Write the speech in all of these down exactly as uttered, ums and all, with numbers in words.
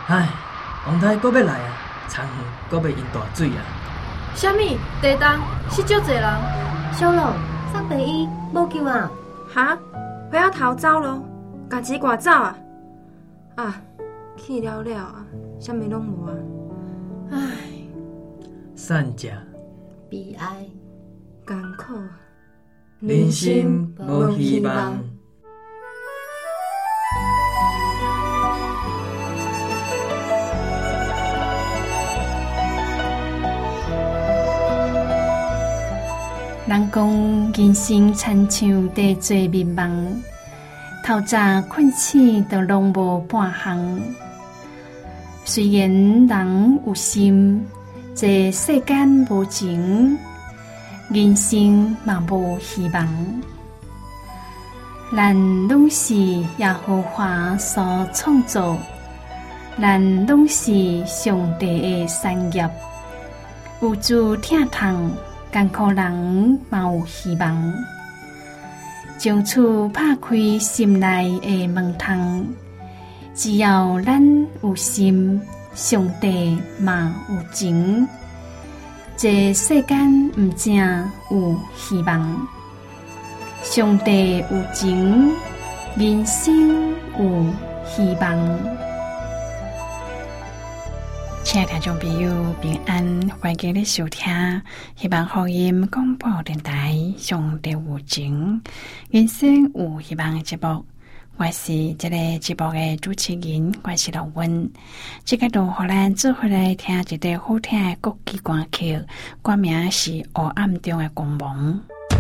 唉，王太阁要来啊，田园阁要淹大水啊！ 啥物？地动死足侪人。 小龙，送病医无救啊！ 哈，回头逃走咯，家己赶走啊！啊，去了了啊，啥物拢无啊！唉， 善食悲哀， 艰苦， 人生无希望。 人讲人生亲像地做迷茫，透早困醒都拢无半项。虽然人有心，这世间无情，人生嘛无希望。咱拢是耶和华所创造，咱拢是上帝的产业，有主疼痛。艰苦人嘛有希望，将厝拍开心内的门窗。只要咱有心，上帝嘛有情。这世间毋正有希望，上帝有情，人生有希望。亲爱的听众朋友，平安，欢迎你收听希望福音广播电台上帝有情人生有希望的节目。我是这个节目的主持人，我是老温。这个就互咱做回来听一个好听的国语歌曲，歌名是《黑暗中的光芒》。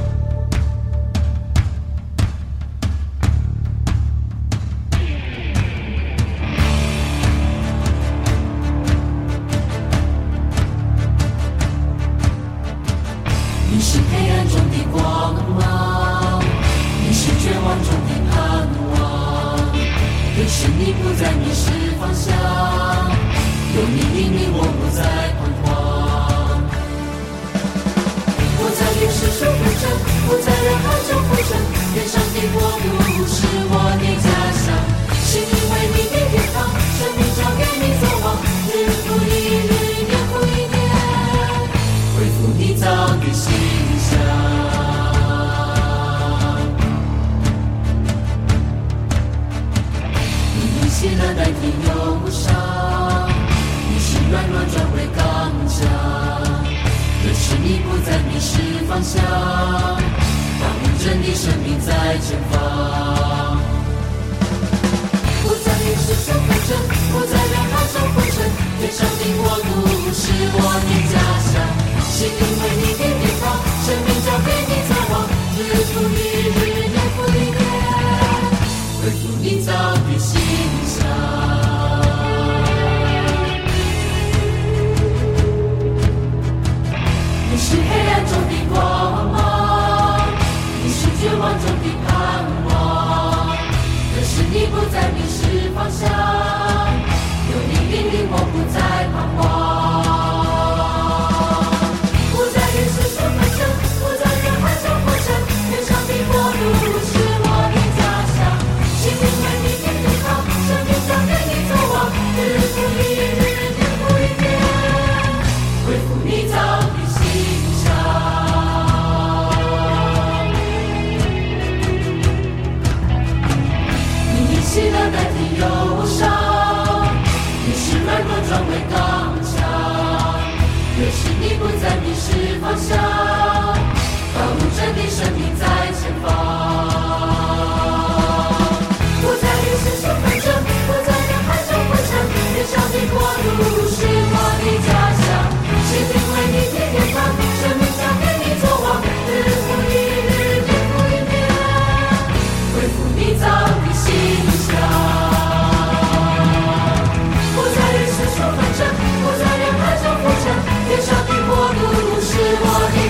你是黑暗中的光芒，你是绝望中的盼望，可是你不再迷失方向，有你引领我不再彷徨。不再与世俗纷争，不在人海中浮沉，天上的国度是我的家乡，是因为你的天堂，生命交给你走往，日复一日，年复一年，恢复你造的形象。你一切的代替忧伤，你是软弱转为刚强，可是你不再迷失方向，当无真的生命在前方。不再与世俗纷争，不在人海中浮沉，天上的国度是我的家乡，是因为你的地方，生命交给你走往，日复一日，年复一年，恢复你造的形象。你是黑暗中的光芒，你是绝望中的盼望，可是你不再迷失方向，有你引领我不再彷徨。转为刚强，可是你不再迷失方向，道路真的生命在前方。不再与世俗纷争，不在人海中浮沉，天上的国度是我的家乡，是因为你的天堂，生命交给你走往，日复一日，年复一年，恢复你造的形象。不在人海中浮沉，天上的国度是我的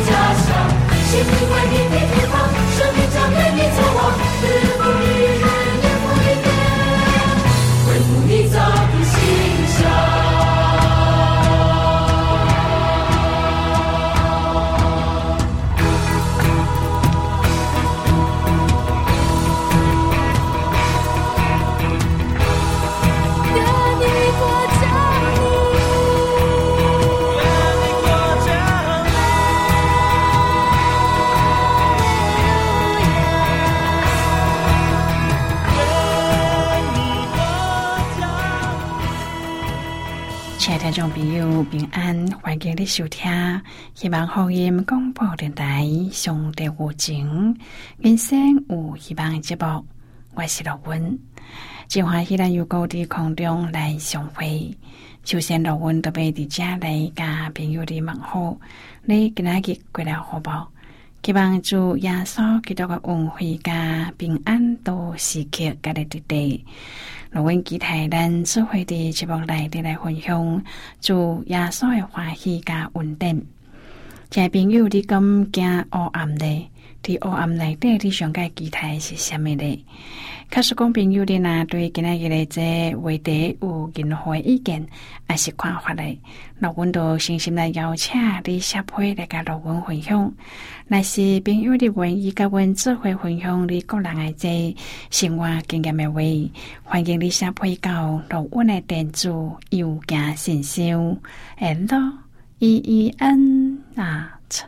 听众朋友平安，欢迎你收听希望福音广播电台上帝有情人生有希望的节目，我是乐文。真欢喜咱又高伫空中来相会。首先乐文特别伫遮来甲朋友哋问好，你今仔日过了好无？希望主耶稣基督嘅恩惠甲平安都时刻甲你伫地。乐文期待咱做伙伫节目内底来分享主耶稣嘅欢喜甲稳定。亲爱朋友，你敢惊黑暗咧？伫黑暗内底，你上界期待是啥物咧？假使讲朋友你若对今仔日嘅这话题有任何意见，还是看法咧？乐文都诚心来邀请你写批来甲乐文分享。若是朋友你愿意甲阮做伙分享你个人嘅这生活经验嘅话，欢迎你写批到乐文嘅电子邮件信箱 l e e n at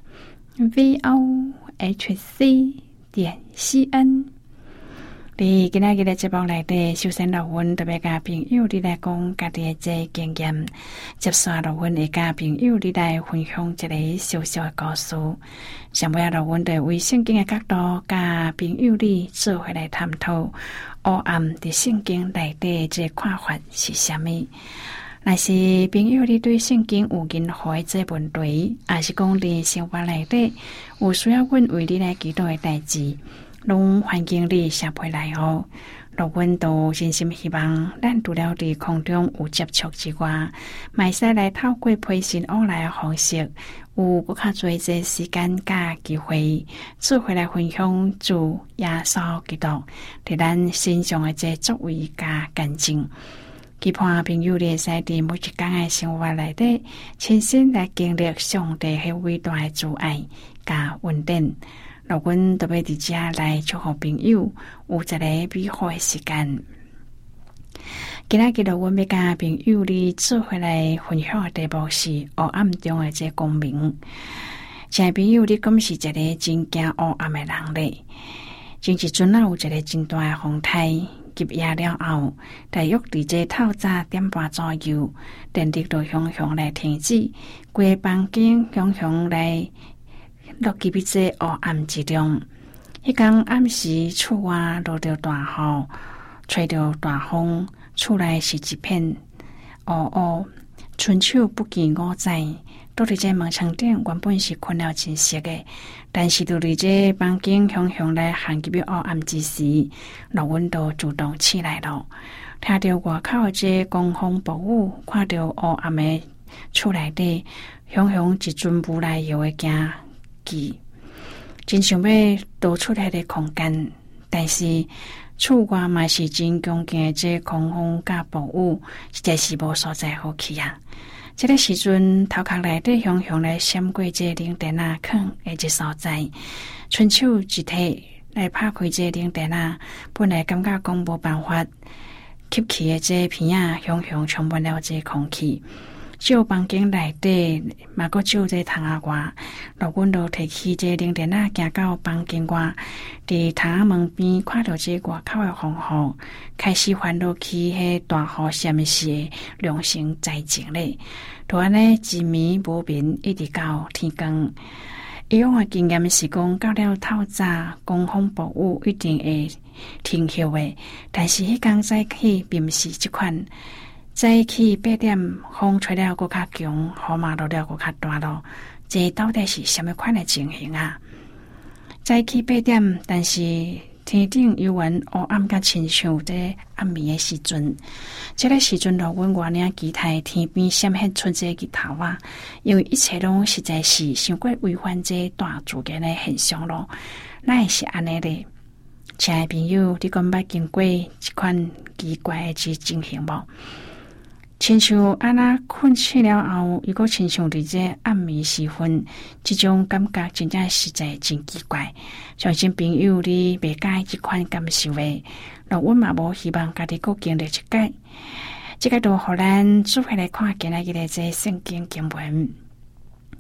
v o h c 点 c n。伫今仔日嘅节目内底，首先乐文特别甲朋友你来讲家己嘅这经验，接下乐文会甲朋友你来分享一个小小嘅故事。上尾乐文就为圣经嘅角度，甲朋友你做伙来探讨黑暗伫圣经内底这看法是啥物。若是朋友你对圣经有任何嘅这问题，还是讲伫生活内底有需要阮为你来祈祷嘅代志，拢欢迎你写批来哦。乐文都真心希望咱除了伫空中有接触之外，嘛使来透过批信往来嘅方式，有搁较侪这时间甲机会，做回来分享主耶稣基督伫咱身上嘅这作为甲感情。期盼朋友你使伫每一天嘅生活内底，亲身来经历上帝迄伟大嘅主爱甲稳定。乐文特别伫遮来祝福朋友有一个美好嘅时间。今仔日乐文要甲朋友你做回来分享嘅题目是黑暗中嘅这光明。亲爱朋友，你敢是一个真惊黑暗嘅人咧？前一阵啊有一个真大嘅风台。入夜了后，大约伫这透早点半左右，电力就熊熊来停止，规房间熊熊来落入去这黑暗之中。迄天暗时，厝外落着大雨，吹着大风，厝内是一片乌乌，伸手不见五指。倒伫这门窗顶，原本是困了真熟的，但是伫伫这房间熊熊来行入去黑暗之时，乐文就主动起来了。听到外口这狂风暴雨，看到黑暗的厝内底熊熊一阵无来由的惊悸，真想要逃出迄个空间，但是厝外嘛是真强劲的这狂风甲暴雨，实在是无所在好去啊！这个时阵，头壳内底熊熊来闪过这零电啊坑的一所在，伸手一提来拍开这零电啊，本来感觉讲无办法吸气的这片啊，熊熊充满了这空气。照房间内底，嘛阁照这窗仔外，乐文就提起这零电啊，行到房间外，伫窗仔门边看到这外口的风雨，开始翻落去迄大雨闪时良性灾情咧。就安尼一暝无眠，一直到天光。以往的经验是讲，到了透早，狂风暴雨一定会停歇的，但是迄天早起并不是这款。早起八点，风吹了搁较强，雨嘛落了搁较大咯。这到底是什么款的情形啊？早起八点，但是天顶犹原黑暗甲亲像这暗暝的时阵，这个时阵，乐文原领期待天边闪现出这日头啊，因为一切拢实在是伤过违反这大自然的现象咯。那也是安尼咧，亲爱朋友，你敢捌经过一款奇怪的情形无？亲像安那困醒了后，如果亲像伫这暗暝时分，这种感觉真正实在真奇怪。相信朋友你袂介意这款感受的，乐文嘛无希望家己搁经历一届。这个都互咱做回来看今仔日的这圣经经文。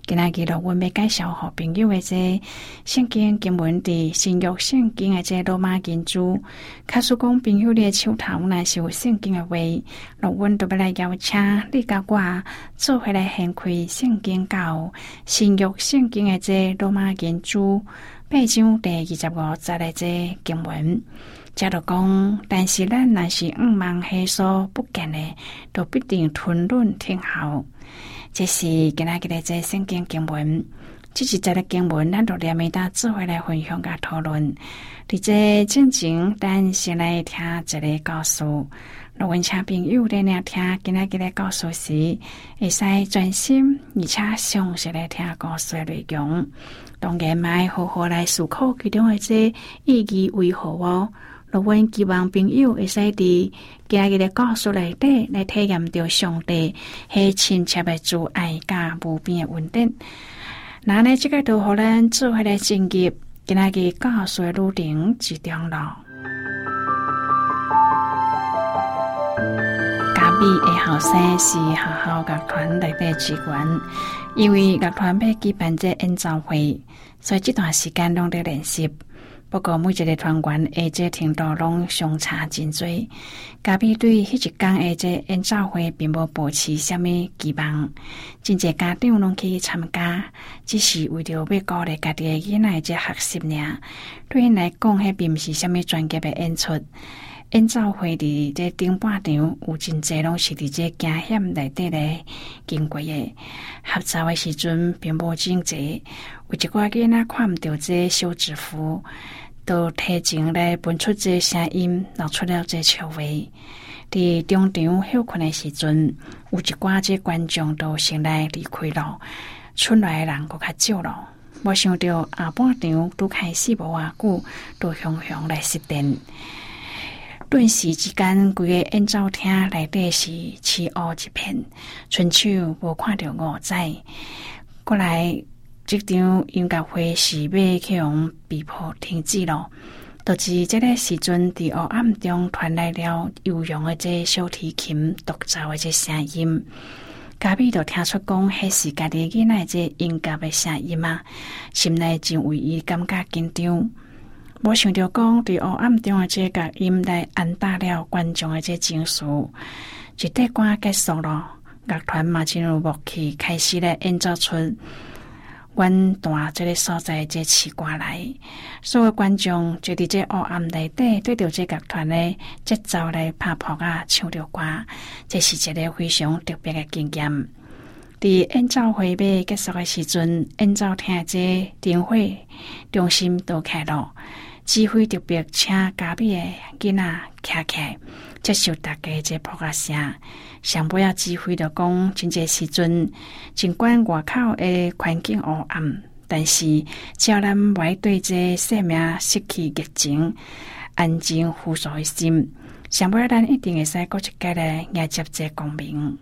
今仔日我要介绍互朋友的这圣经经文伫新约圣经的这罗马经注。假使讲朋友你的手头若是有圣经的话，那阮就要来邀请你甲我做伙来掀开圣经到新约圣经的这罗马经注八章第二十五节的这经文。假如讲，但是咱若是仰望迄所不见的，就必定吞忍听候。这是今仔日的这圣经经文，这是这个经文，咱就连面搭做伙来分享甲讨论。伫这进前，咱先来听一个故事。若阮请朋友在那听今仔日的故事时，会使专心而且详细来听故事的内容。当然，卖好好来思考其中的这意义为何哦。若阮希望朋友会使伫今日的故事内底来体验到上帝迄亲切的慈爱甲无边的恩典。那呢，这个就互咱做伙来进入今日的故事的路程之中咯。嘉义的后生是学校乐团内底职员，因为乐团要举办这演奏会，所以这段时间拢在练习。不过每一个团员的这程度拢相差真多，嘉义对迄一天的这演奏会并无保持什么期望，真侪家长拢去参加，只是为着要鼓励家己的囡仔这学习尔。对因来讲，迄并毋是什么专业的演出。演奏会伫这顶半场有真侪拢是伫这惊险内底咧经过的，合奏的时阵并无真侪，有一寡囡仔看毋到这小指符，都提前来分出这声音，闹出了这笑话。伫中场休困的时阵，有一寡这观众都先来离开了，剩来的人佫较少了。无想到下半场拄开始无偌久，都雄雄来失电。顿时之间，规个演奏厅内底是漆黑一片，伸手无看到五彩。过来，这场音乐会是要去用被迫停止咯。就是这个时阵，伫黑暗中传来了悠扬的这小提琴独奏的这声音。嘉义就听出讲，迄是家己囡仔这音乐的声音啊，心内真为伊感觉紧张。无想到讲，伫黑暗中的这个音来安打了观众的这情绪。一块歌结束了，乐团嘛真有默契，开始咧演奏出阮弹这个所在这试歌来。所有观众就伫这黑暗内底对着这乐团的节奏来拍扑啊，唱着歌，这是一个非常特别的经验。伫演奏会要结束的时阵，演奏厅这灯火中心都开了。指挥特别请嘉义的囡仔徛起来，接受大家这扑啊声。上尾啊，指挥就讲，真侪时阵，尽管外口的环境黑暗，但是只要咱袂对这生命失去热情，安静负俗的心，上尾咱一定会使过一个来迎接这光明。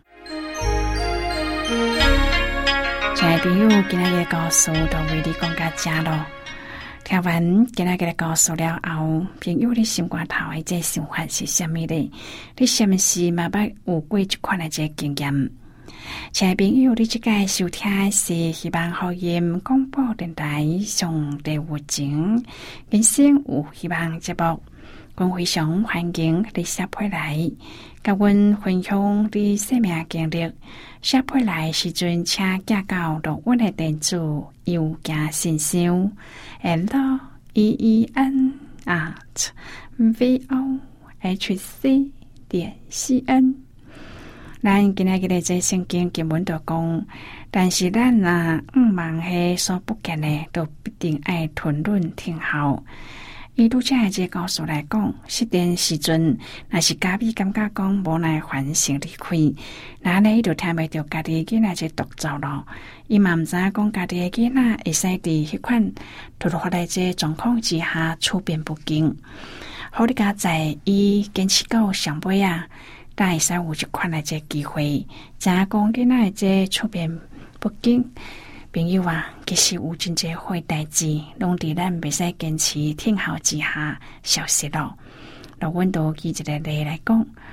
亲爱的朋友，今日的故事就为你讲到这咯。听完今日的故事了后，朋友你心肝头的这想法是什么呢？你是毋是嘛捌有过这款的这经验？亲爱朋友，你即个收听是希望福音广播电台上帝有情人生有希望节目，阮非常欢迎你写批来，甲阮分享你生命经历。写批来时阵，请寄到录阮的电子邮件信箱 l e e n at v o h c 点 c n。咱今日嘅这圣经经文就讲，但是咱若仰望迄所不见的，都必定爱吞忍听候。以拄则这故事来讲，失电时阵，若是嘉义感觉讲无奈反省离开，那呢伊就听袂着家己囡仔这独奏咯。伊嘛毋知影讲家己的囡仔会使伫迄款突如其来这状况之下处变不惊。好你家在伊坚持到上尾啊，但会使有一款来这机会，知影讲囡仔这处变不惊。朋友啊，其实有真侪好代志，拢伫咱袂使坚持听候之下消失咯。那阮都举一个例来讲，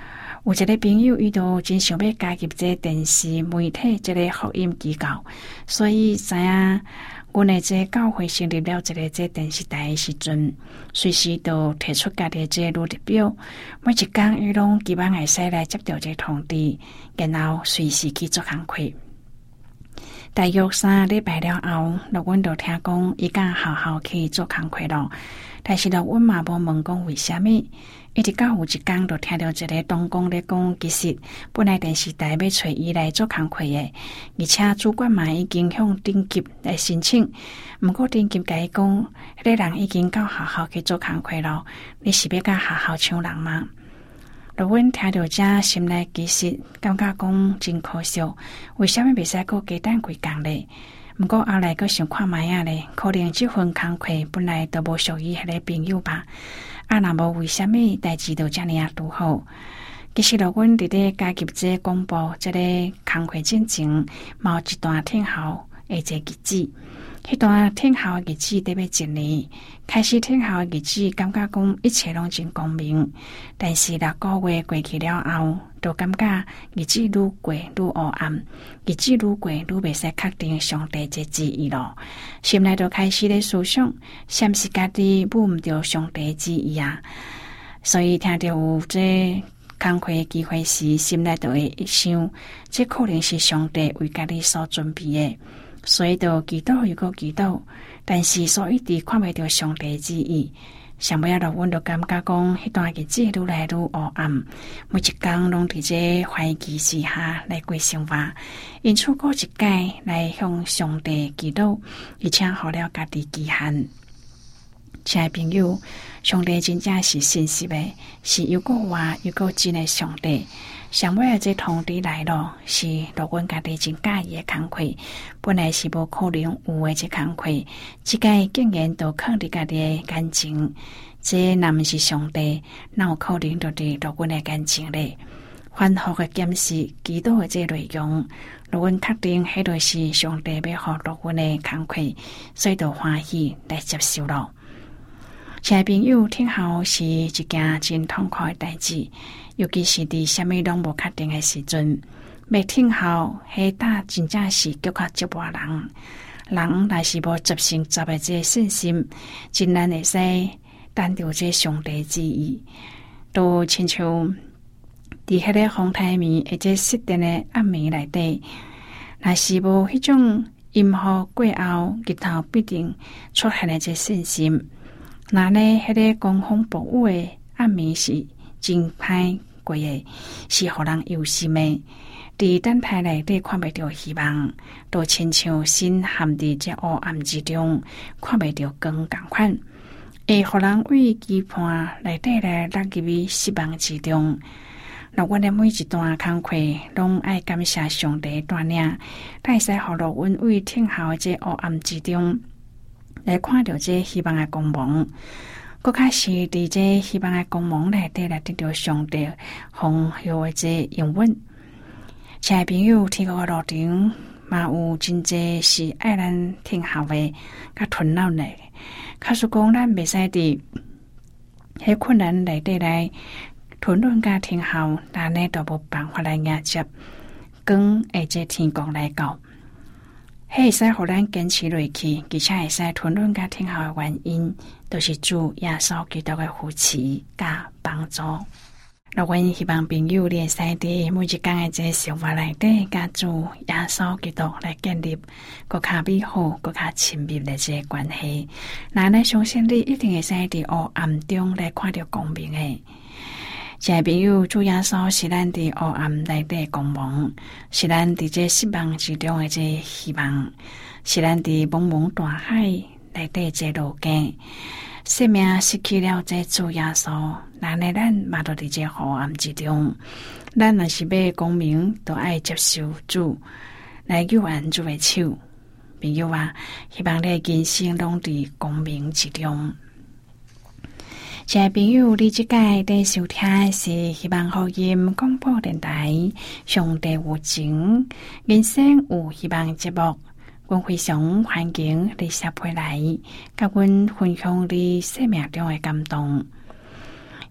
有一个朋友，伊都真想要加入这电视媒体这个福音机构，所以知影阮的这教会成立了一个这电视台的时阵，随时都提出家己这履历表，每一天伊拢希望会使来接到这通知，然后随时去做工课。大约三礼拜了后，陆阮就听讲伊敢好好去做工课咯。但是陆阮嘛无问讲为虾米，一直到有一天就听到一个同工咧讲，其实本来电视台要找伊来做工课的，而且主管嘛已经向顶级来申请。毋过顶级甲伊讲，迄个人已经够好好去做工课咯，你是要甲好好抢人吗？陆阮听到这心内其实感觉讲真可惜，为什么袂使搁加等几工咧？毋过后来搁想看卖啊咧，可能这份工课本来都无属于迄个朋友吧。啊，若无为什么代志都遮尔啊拄好？其实陆阮伫咧加入这广播这个工课进前，嘛有一段听候的这日子。迄段听候的日子得要一年，开始听候的日子，感觉讲一切拢真光明。但是六个月过去了后，就感觉日子愈过愈黑暗，日子愈过愈袂使确定上帝这旨意咯。心内就开始咧思想，是毋是家己悟毋着上帝旨意啊？所以听到有这工课的机会时，心内就会想，这可能是上帝为家己所准备的。所以就祈祷又搁祈祷，但是所一直看袂到上帝旨意。上尾啊，陆阮就感觉讲，迄段日子愈来愈黑暗，每一天拢伫这怀疑之下来过生活，因此过一届来向上帝祈祷，而且好了家己期限。亲爱朋友，上帝真正是信实的，是又个活又个真的上帝。上尾啊，这通知来咯，是陆阮家己真介意的工课，本来是无可能有的这工课，即个竟然都放伫家己的感情，这若毋是上帝，哪有可能就伫陆阮的感情咧？反复的检视祈祷的这内容，陆阮确定迄著是上帝要互陆阮的工课，所以就欢喜来接受咯。亲爱朋友，听候是一件真痛快的代志，尤其是伫什么拢无确定的时阵，要听候迄搭真正是叫较折磨人。人若是无执行十的这信心，真难会使等到这上帝旨意。都亲像伫迄个风太暝或者失电的暗暝内底，若是无迄种阴雨过后，日头必定出现的这信心。那呢，迄个狂风暴雨的暗暝是真歹过的，是互人忧心的。伫等待内底看袂到希望，都亲像心陷伫这黑暗之中，看袂到光共款，会互人为期盼内底来落入于失望之中。陆阮的每一段工课，拢爱感谢上帝带领，带使互陆阮为听候这黑暗之中。来看到这希望的光芒，搁较是伫这希望的光芒内底来得到上帝丰厚的这应允。亲爱朋友，天国的路程嘛有真济是爱咱听候的，较困难的。假使讲咱袂使伫迄困难内底来吞论甲听候，咱呢都无办法来迎接光的这天国来到。迄会使互咱坚持落去，而且会使吞论甲听候的原因，都是主耶稣基督的扶持甲帮助。陆阮希望朋友你会使伫每一天的这生活内底，甲主耶稣基督来建立更较美好、更较亲密的这关系。那咱相信你一定会使伫黑暗中来看到光明的。亲爱朋友，主耶稣是咱伫黑暗内底光芒，是咱伫这失望之中的这希望，是咱伫茫茫大海内底这路径。生命失去了这主耶稣，那呢咱嘛都伫这黑暗之中。咱若是要光明，都爱接受主来救援主的手。朋友啊，希望你的人生拢伫光明之中。亲爱朋友，你即届在收听的是希望福音广播电台上帝有情人生有希望节目，阮非常欢迎你接回来，甲阮分享你生命中的感动。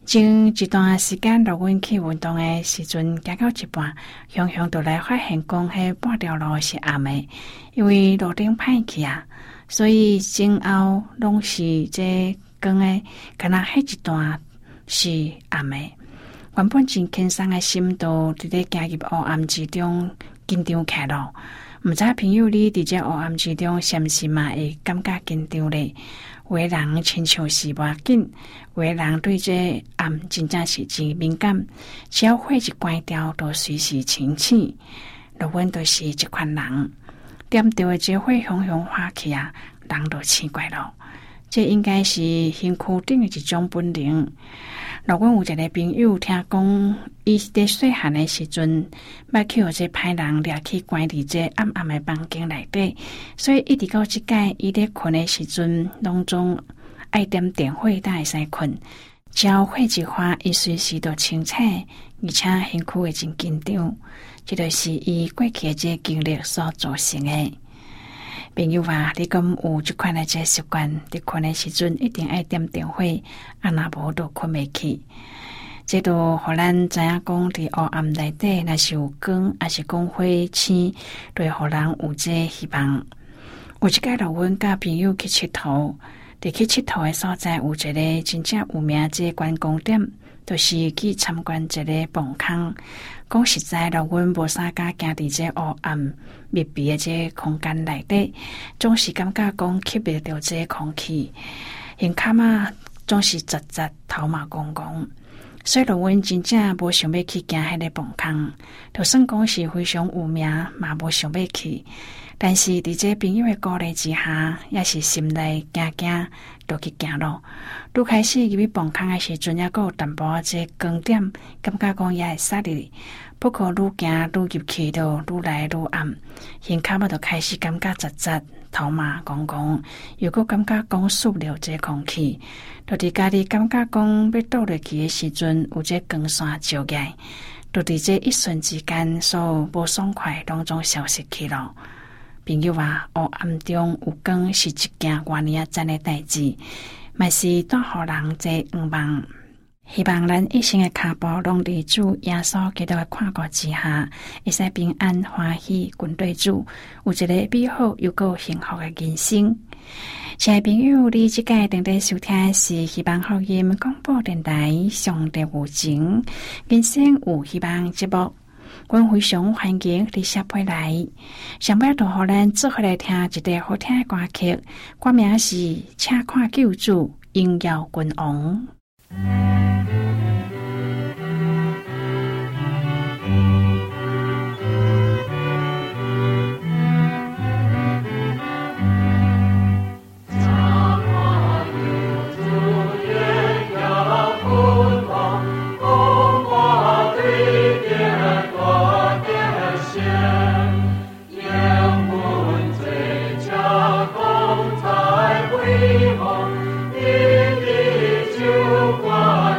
前一段时间，落阮去运动的时阵，行到一半，雄雄就来发现讲，迄半条路是暗的，因为路顶歹去啊，所以前后拢是这光的，敢若迄一段是暗的。原本真轻松的心都伫咧行入黑暗之中紧张起来。毋知朋友你伫这黑暗之中，是毋是嘛会感觉紧张咧？有的人亲像是无要紧，有的人对这暗真正是真敏感，只要火一关掉，都随时清醒。落阮都是这款人，点着的这火熊熊发起啊，人都奇怪咯。这应该是身躯顶的一种本能。若阮有一个朋友听讲，伊伫细汉的时阵，捌去互这歹人掠去关伫这暗暗的房间内底，所以一直到即届，伊咧困的时阵，拢总爱点电火，才会使困。只要火一发，伊随时都清醒，而且身躯会真紧张。这就是伊过去的这经历所造成的。朋友啊，你敢有这款的这习惯？伫困的时阵一定爱点电火，啊若无都困袂去。这都互咱知影讲，伫黑暗内底，若是有光，还是讲火星，都会互人有这希望。有一届落阮甲朋友去佚佗，伫去佚佗的所在有一个真正有名这观光点，就是去参观一个墓坑。讲实在，落阮无啥敢行伫这黑暗密闭的这空间内底，总是感觉讲吸不到这空气，胸坎啊总是杂杂，头毛公公。所以落阮真正无想要去行迄个墓坑，就算讲是非常有名，嘛无想要去。但是伫这朋友的鼓励之下，也是心内惊惊，就去行咯。拄开始入去墓坑的时阵，也阁有淡薄这光点，感觉讲也会杀哩。不过愈行愈入去，就愈来愈暗，胸坎仔就开始感觉杂杂，头麻公公，又阁感觉讲吸不了这空气。就伫家己感觉讲要倒落去的时阵，有这光线照起来，就伫这一瞬之间，所有无爽快拢总消失去了。朋友啊，黑暗中有光是一件偌尔啊赞的代志，嘛是带互人这愿望。希望咱一生的脚步拢伫主耶稣基督的看顾之下，会使平安欢喜，跟对主有一个美好又够幸福的人生。亲爱朋友，你即届正在收听的是希望福音广播电台上帝有情人生有希望节目。阮非常欢迎你写批来，上摆就互咱做伙来听一个好听的歌曲，歌名是《请看救主荣耀君王》。 光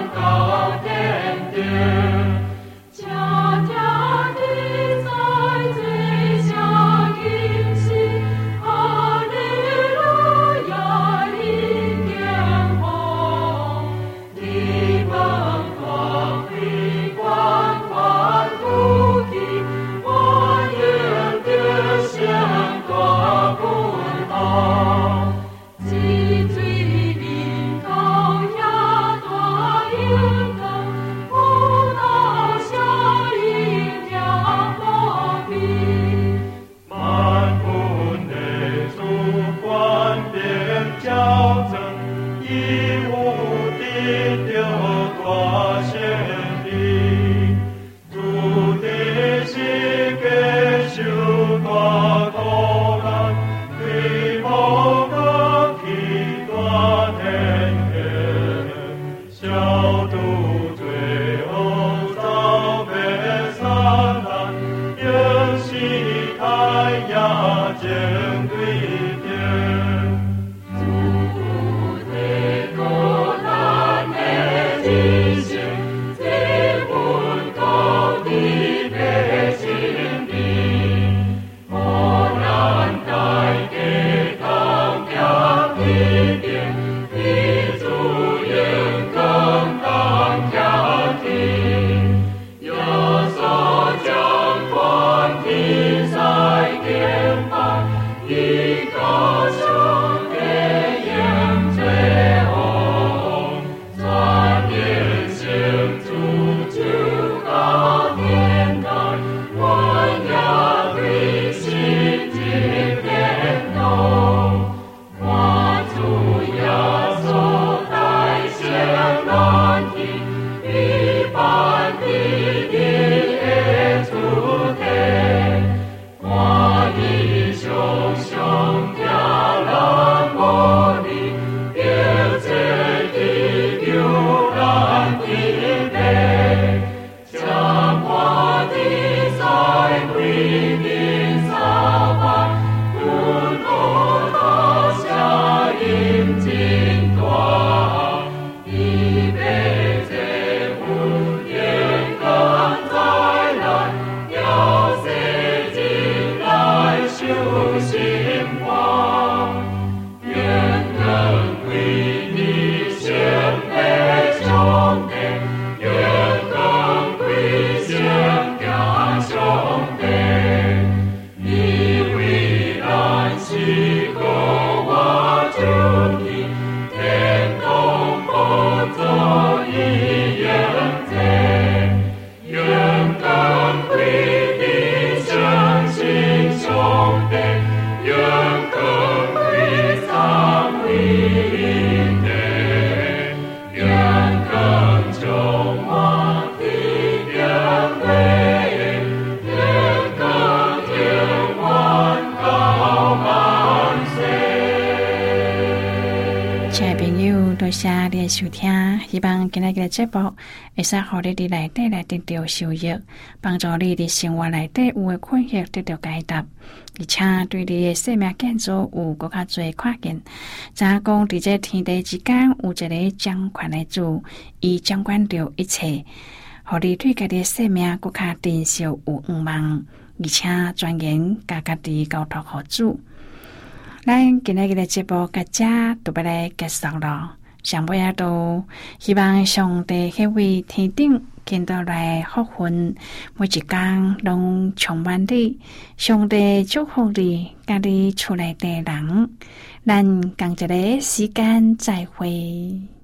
收聽，希望今日嘅節目會使互你哋內底來得到收益，幫助你哋生活內底有嘅困惑得到解答，而且對你嘅生命建築有更加多看見。怎講喺這天地之間有一個掌權嘅主，伊掌管着一切，互你對家己嘅生命更加珍惜有願望，而且專研家家己交託互主。咱今日嘅節目到這就要來結束咯。上尾啊，都希望上帝迄位天頂見到來福分，每一天攏充滿你。上帝祝福你，家己厝內的人。咱同一個時間再會。